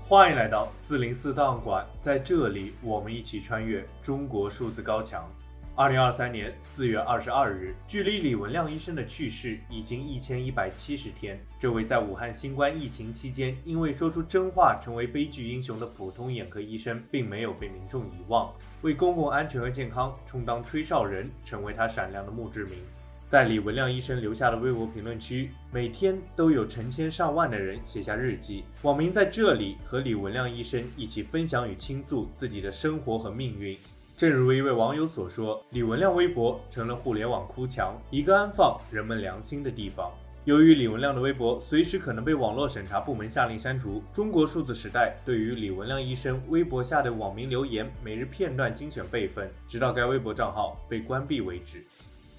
欢迎来到404档案馆，在这里我们一起穿越中国数字高墙。2023年4月22日，距离李文亮医生的去世已经1170天。这位在武汉新冠疫情期间因为说出真话成为悲剧英雄的普通眼科医生，并没有被民众遗忘，为公共安全和健康充当吹哨人，成为他闪亮的墓志铭。在李文亮医生留下的微博评论区，每天都有成千上万的人写下日记，网民在这里和李文亮医生一起分享与倾诉自己的生活和命运。正如一位网友所说，李文亮微博成了互联网哭墙，一个安放人们良心的地方。由于李文亮的微博随时可能被网络审查部门下令删除，中国数字时代对于李文亮医生微博下的网民留言每日片段精选备份，直到该微博账号被关闭为止。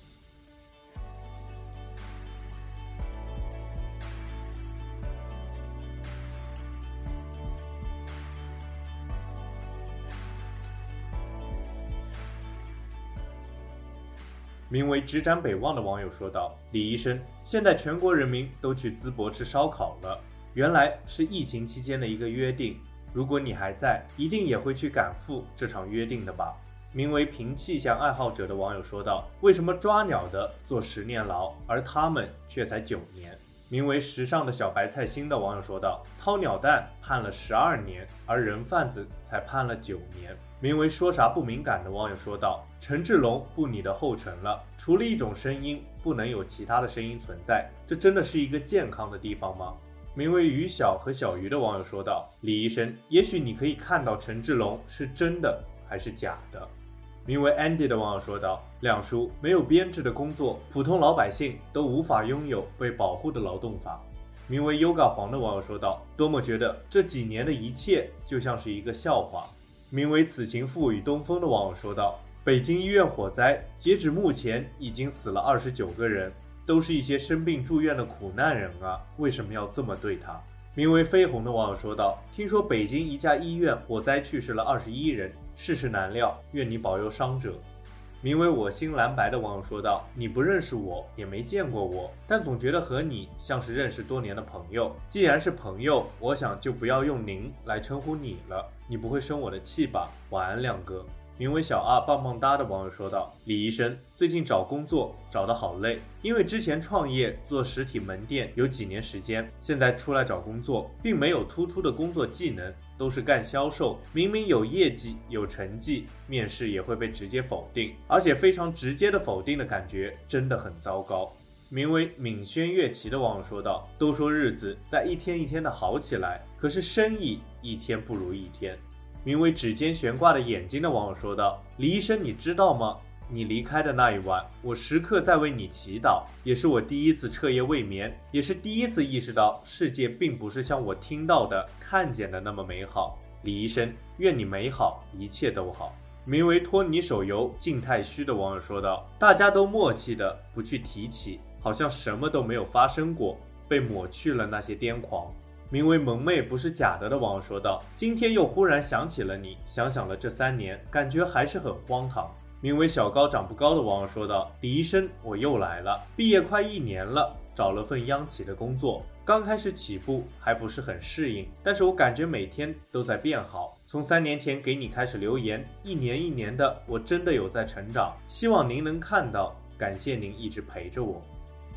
名为执掌北望的网友说道：“李医生，现在全国人民都去淄博吃烧烤了，原来是疫情期间的一个约定。如果你还在，一定也会去赶赴这场约定的吧？”名为平气象爱好者的网友说道：“为什么抓鸟的坐10年牢，而他们却才9年？”名为时尚的小白菜心的网友说道：“掏鸟蛋判了12年，而人贩子才判了9年。”名为说啥不敏感的网友说道：“陈志龙步你的后尘了，除了一种声音，不能有其他的声音存在，这真的是一个健康的地方吗？”名为于小和小鱼的网友说道：“李医生，也许你可以看到陈志龙是真的还是假的。”名为 Andy 的网友说道：“亮叔，没有编制的工作，普通老百姓都无法拥有被保护的劳动法。”名为 Yoga 黄的网友说道：“多么觉得这几年的一切就像是一个笑话。”名为此情付与东风的网友说道：“北京医院火灾，截止目前已经死了29个人，都是一些生病住院的苦难人啊，为什么要这么对他？”名为飞鸿的网友说道：“听说北京一家医院火灾去世了21人，世事难料，愿你保佑伤者。”名为我心蓝白的网友说道：“你不认识我，也没见过我，但总觉得和你像是认识多年的朋友。既然是朋友，我想就不要用您来称呼你了，你不会生我的气吧？晚安，亮哥。”名为小阿棒棒哒的网友说道：“李医生，最近找工作找得好累，因为之前创业做实体门店有几年时间，现在出来找工作，并没有突出的工作技能，都是干销售，明明有业绩有成绩，面试也会被直接否定，而且非常直接的否定的感觉真的很糟糕。”名为闵轩乐琪的网友说道：“都说日子在一天一天的好起来，可是生意一天不如一天。”名为指尖悬挂的眼睛的网友说道：“李医生，你知道吗？你离开的那一晚，我时刻在为你祈祷，也是我第一次彻夜未眠，也是第一次意识到世界并不是像我听到的看见的那么美好。李医生，愿你美好，一切都好。”名为托尼手游静态虚的网友说道：“大家都默契的不去提起，好像什么都没有发生过，被抹去了那些癫狂。”名为萌妹不是假的网友说道：“今天又忽然想起了你，想了这3年，感觉还是很荒唐。”名为小高长不高的网友说道：“李医生，我又来了，毕业快1年了，找了份央企的工作，刚开始起步还不是很适应，但是我感觉每天都在变好。从3年前给你开始留言，一年一年的，我真的有在成长，希望您能看到，感谢您一直陪着我。”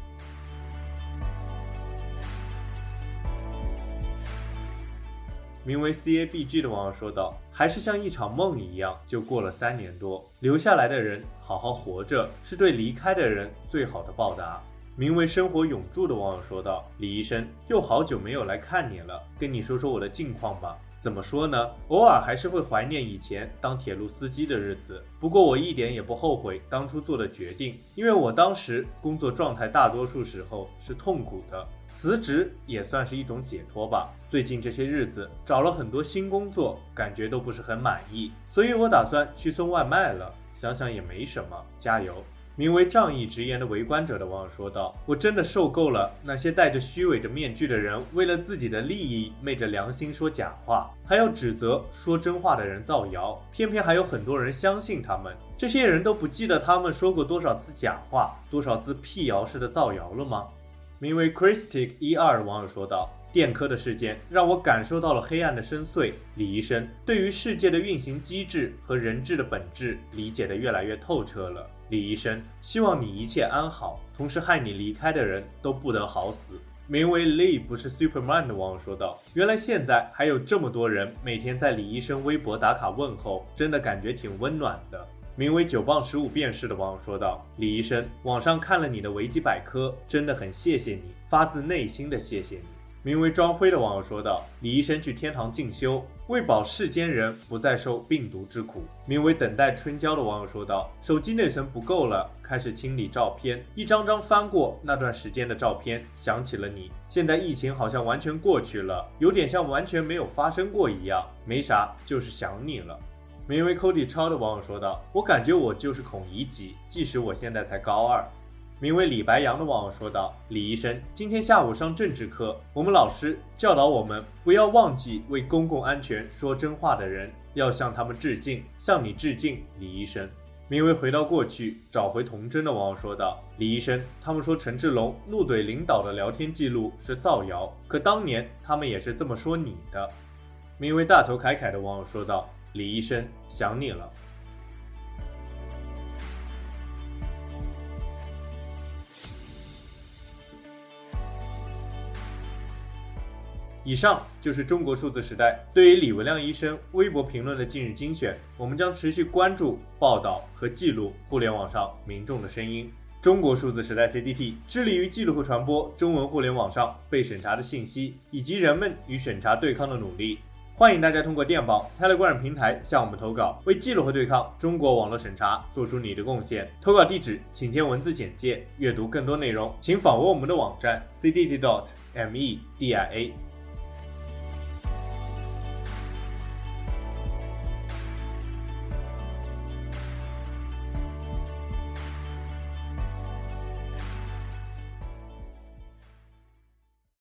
名为 CABG 的网友说道：“还是像一场梦一样，就过了3年多，留下来的人好好活着，是对离开的人最好的报答。”名为生活永驻的网友说道：“李医生，又好久没有来看你了，跟你说说我的近况吧。怎么说呢，偶尔还是会怀念以前当铁路司机的日子，不过我一点也不后悔当初做的决定，因为我当时工作状态大多数时候是痛苦的，辞职也算是一种解脱吧。最近这些日子找了很多新工作，感觉都不是很满意，所以我打算去送外卖了，想想也没什么，加油。”名为仗义直言的围观者的网友说道：“我真的受够了那些戴着虚伪的面具的人，为了自己的利益昧着良心说假话，还要指责说真话的人造谣，偏偏还有很多人相信他们。这些人都不记得他们说过多少次假话，多少次辟谣式的造谣了吗？”名为 Christic12 网友说道：“ 电科的事件让我感受到了黑暗的深邃。李医生对于世界的运行机制和人质的本质理解得越来越透彻了。李医生，希望你一切安好，同时害你离开的人都不得好死。名为 Lee 不是 Superman 的网友说道，原来现在还有这么多人每天在李医生微博打卡问候，真的感觉挺温暖的。名为9磅15便士的网友说道，李医生，网上看了你的维基百科，真的很谢谢你，发自内心的谢谢你。名为庄辉的网友说道，李医生去天堂进修，为保世间人不再受病毒之苦。名为等待春娇的网友说道，手机内存不够了，开始清理照片，一张张翻过那段时间的照片，想起了你。现在疫情好像完全过去了，有点像完全没有发生过一样，没啥，就是想你了。名为 Cody 超的网友说道，我感觉我就是孔乙己，即使我现在才高2。名为李白杨的网友说道，李医生，今天下午上政治课，我们老师教导我们不要忘记为公共安全说真话的人，要向他们致敬，向你致敬，李医生。名为回到过去找回童真的网友说道，李医生，他们说陈志龙怒怼领导的聊天记录是造谣，可当年他们也是这么说你的。名为大头凯凯的网友说道，李医生，想你了。以上就是中国数字时代对于李文亮医生微博评论的今日精选，我们将持续关注、报道和记录互联网上民众的声音。中国数字时代 CDT 致力于记录和传播中文互联网上被审查的信息，以及人们与审查对抗的努力。欢迎大家通过电报 Telegram 平台向我们投稿，为记录和对抗中国网络审查做出你的贡献。投稿地址请见文字简介。阅读更多内容，请访问我们的网站 cdt.media。